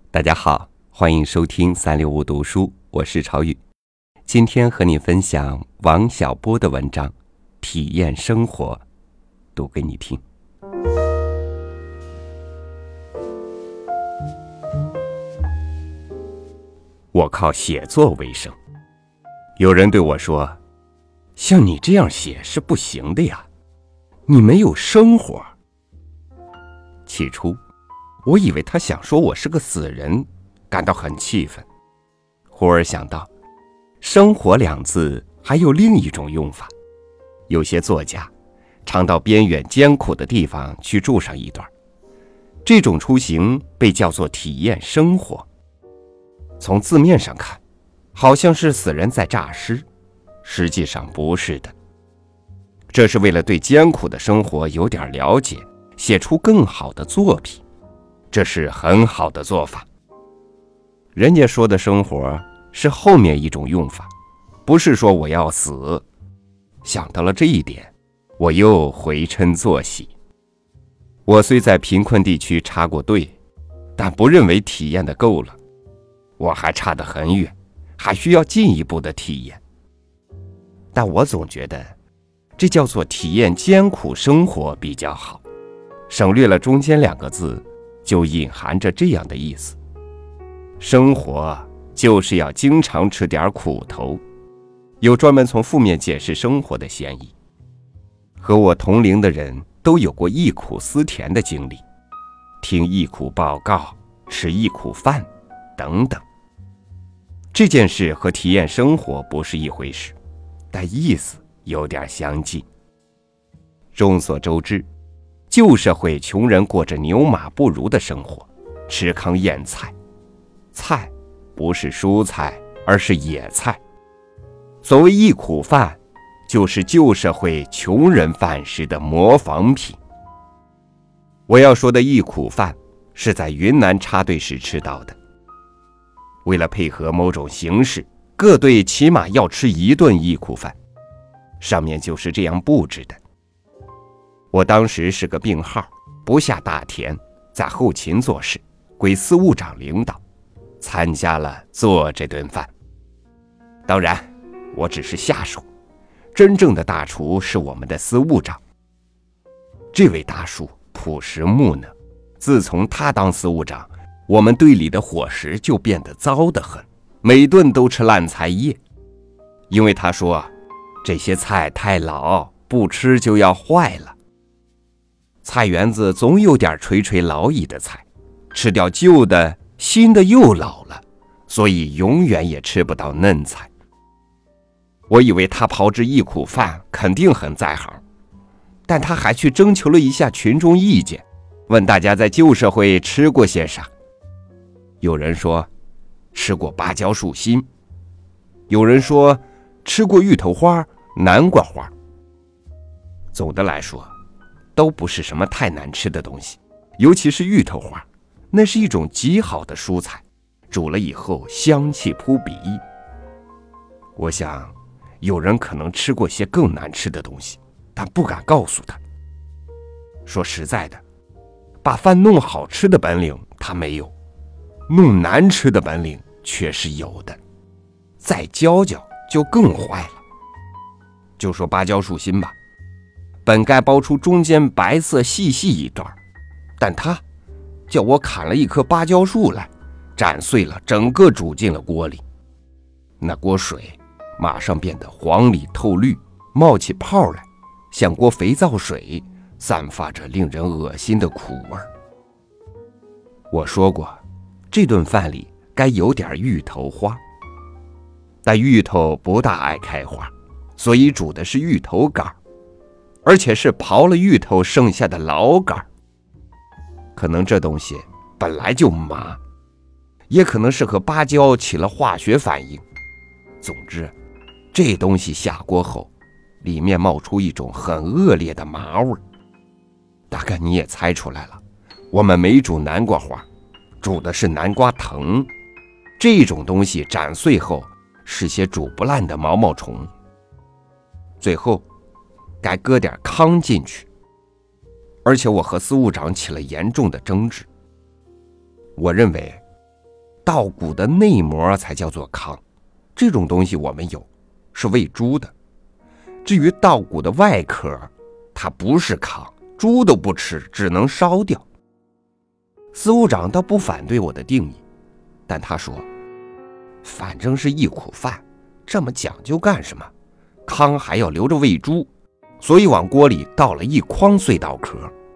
大家好，欢迎收听365读书，我是朝宇。今天和你分享王小波的文章《体验生活》，读给你听。我靠写作为生。有人对我说，像你这样写是不行的呀，你没有生活。起初我以为他想说我是个死人，感到很气愤。忽而想到生活两字还有另一种用法，有些作家常到边远艰苦的地方去住上一段，这种出行被叫做体验生活。从字面上看，好像是死人在诈尸，实际上不是的。这是为了对艰苦的生活有点了解，写出更好的作品，这是很好的做法。人家说的生活是后面一种用法，不是说我要死。想到了这一点，我又回嗔作喜。我虽在贫困地区插过队，但不认为体验的够了，我还差得很远，还需要进一步的体验。但我总觉得这叫做体验艰苦生活比较好，省略了中间两个字，就隐含着这样的意思。生活就是要经常吃点苦头，有专门从负面解释生活的嫌疑。和我同龄的人都有过忆苦思甜的经历，听忆苦报告，吃忆苦饭等等。这件事和体验生活不是一回事，但意思有点相近。众所周知，旧社会穷人过着牛马不如的生活，吃糠咽菜。菜不是蔬菜，而是野菜。所谓忆苦饭，就是旧社会穷人饭食的模仿品。我要说的忆苦饭，是在云南插队时吃到的。为了配合某种形式，各队起码要吃一顿忆苦饭，上面就是这样布置的。我当时是个病号，不下大田，在后勤做事，归司务长领导，参加了做这顿饭。当然我只是下手，真正的大厨是我们的司务长。这位大叔朴实木讷，自从他当司务长，我们队里的伙食就变得糟得很，每顿都吃烂菜叶。因为他说这些菜太老，不吃就要坏了。菜园子总有点垂垂老矣的菜，吃掉旧的，新的又老了，所以永远也吃不到嫩菜。我以为他炮制忆苦饭肯定很在行，但他还去征求了一下群众意见，问大家在旧社会吃过些啥。有人说吃过芭蕉树心，有人说吃过芋头花、南瓜花。总的来说，都不是什么太难吃的东西，尤其是芋头花，那是一种极好的蔬菜，煮了以后香气扑鼻。我想有人可能吃过些更难吃的东西，但不敢告诉他。说实在的，把饭弄好吃的本领他没有，弄难吃的本领却是有的，再教教就更坏了。就说芭蕉树心吧，本该剥出中间白色细细一段，但他叫我砍了一棵芭蕉树来，斩碎了，整个煮进了锅里。那锅水马上变得黄里透绿，冒起泡来，像锅肥皂水，散发着令人恶心的苦味。我说过，这顿饭里该有点芋头花，但芋头不大爱开花，所以煮的是芋头干，而且是刨了芋头剩下的老干。可能这东西本来就麻，也可能是和芭蕉起了化学反应。总之，这东西下锅后，里面冒出一种很恶劣的麻味。大概你也猜出来了，我们没煮南瓜花，煮的是南瓜藤。这种东西斩碎后是些煮不烂的毛毛虫。最后该搁点糠进去，而且我和司务长起了严重的争执。我认为稻谷的内膜才叫做糠，这种东西我们有，是喂猪的。至于稻谷的外壳，它不是糠，猪都不吃，只能烧掉。司务长倒不反对我的定义，但他说，反正是一苦饭，这么讲究干什么？糠还要留着喂猪，所以往锅里倒了一筐碎稻壳。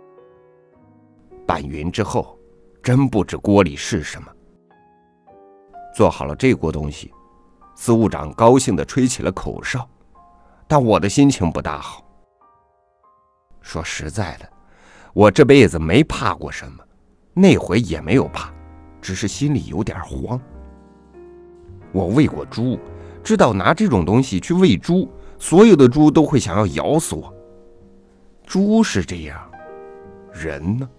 拌匀之后，真不知锅里是什么。做好了这锅东西，司务长高兴地吹起了口哨，但我的心情不大好。说实在的，我这辈子没怕过什么，那回也没有怕，只是心里有点慌。我喂过猪，知道拿这种东西去喂猪，所有的猪都会想要咬死我。猪是这样，人呢？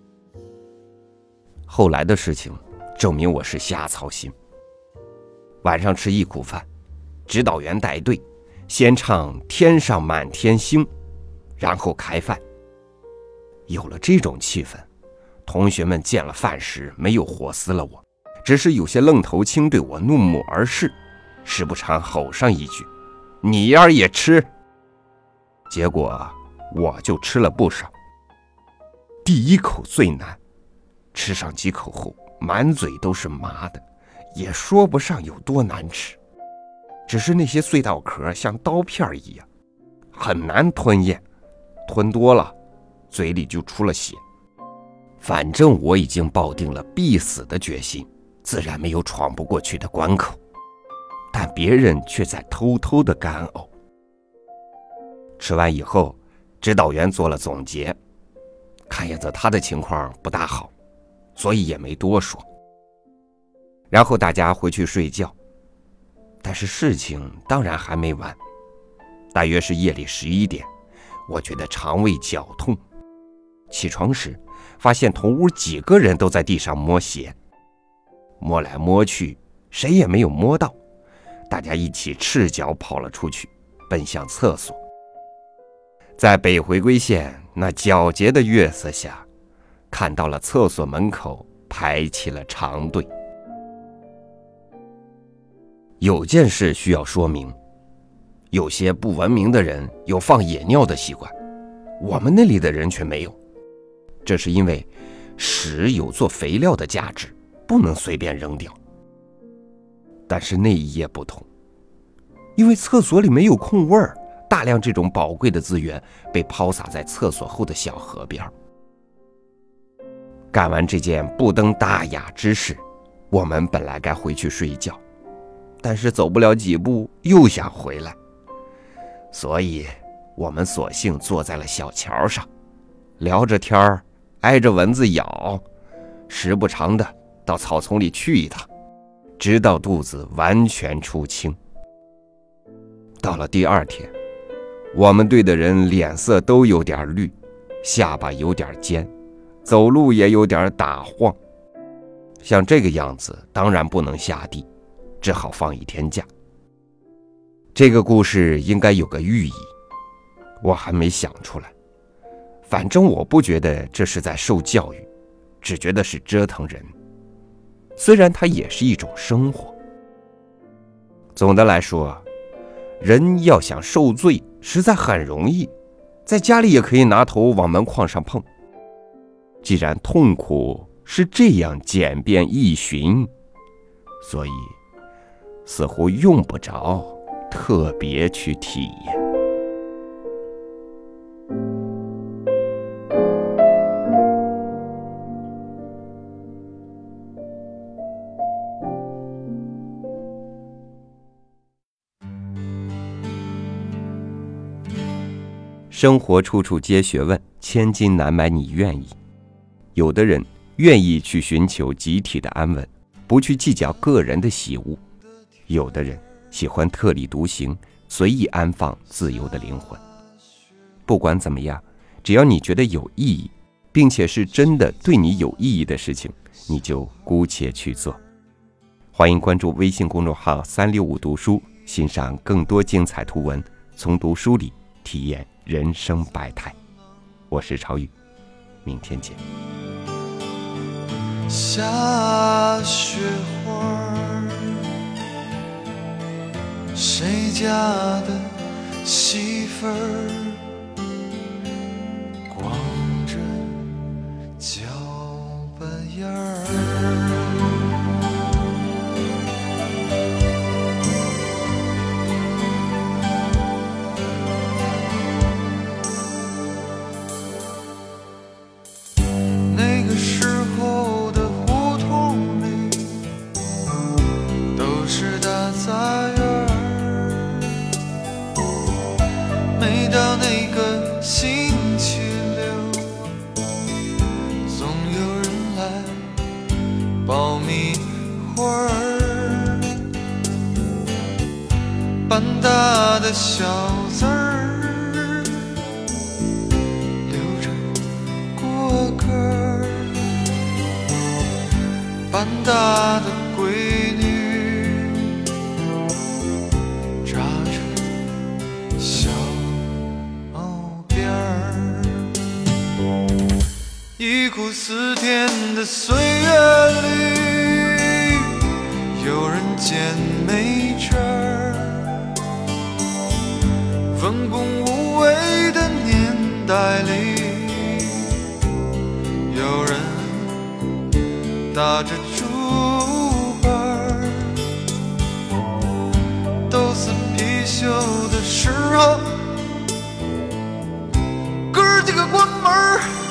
后来的事情证明我是瞎操心。晚上吃一苦饭，指导员带队，先唱天上满天星，然后开饭。有了这种气氛，同学们见了饭时没有活撕了我，只是有些愣头青对我怒目而视，时不常吼上一句，你儿也吃。结果我就吃了不少。第一口最难，吃上几口后满嘴都是麻的，也说不上有多难吃，只是那些碎稻壳像刀片一样，很难吞咽，吞多了嘴里就出了血。反正我已经抱定了必死的决心，自然没有闯不过去的关口，但别人却在偷偷的干呕。吃完以后，指导员做了总结，看样子他的情况不大好，所以也没多说。然后大家回去睡觉，但是事情当然还没完。大约是夜里11点，我觉得肠胃绞痛，起床时发现同屋几个人都在地上摸鞋，摸来摸去谁也没有摸到，大家一起赤脚跑了出去，奔向厕所。在北回归线那皎洁的月色下，看到了厕所门口排起了长队。有件事需要说明，有些不文明的人有放野尿的习惯，我们那里的人却没有。这是因为屎有做肥料的价值，不能随便扔掉。但是那一夜不同，因为厕所里没有空位儿，大量这种宝贵的资源被抛洒在厕所后的小河边。干完这件不登大雅之事，我们本来该回去睡觉，但是走不了几步又想回来，所以我们索性坐在了小桥上，聊着天儿，挨着蚊子咬，时不常的到草丛里去一趟，直到肚子完全出清。到了第二天，我们队的人脸色都有点绿，下巴有点尖，走路也有点打晃。像这个样子当然不能下地，只好放一天假。这个故事应该有个寓意，我还没想出来。反正我不觉得这是在受教育，只觉得是折腾人，虽然它也是一种生活。总的来说，人要想受罪实在很容易，在家里也可以拿头往门框上碰。既然痛苦是这样简便易寻，所以似乎用不着特别去体验。生活处处皆学问，千金难买你愿意。有的人愿意去寻求集体的安稳，不去计较个人的喜恶；有的人喜欢特立独行，随意安放自由的灵魂。不管怎么样，只要你觉得有意义，并且是真的对你有意义的事情，你就姑且去做。欢迎关注微信公众号365读书，欣赏更多精彩图文，从读书里体验人生百态。我是超宇，明天见。 下雪家的媳妇儿，光着脚巴印儿。那个时候的胡同里都是大杂院儿，每到那个星期六，总有人来爆米花儿，半大的小字儿留着过客儿，半大的闺女扎着小辫儿，忆苦思甜的岁月里，有人捡煤渣儿，温工无为的年代里，有人打着竹板儿，豆撕貔貅的时候，哥儿几个关门儿。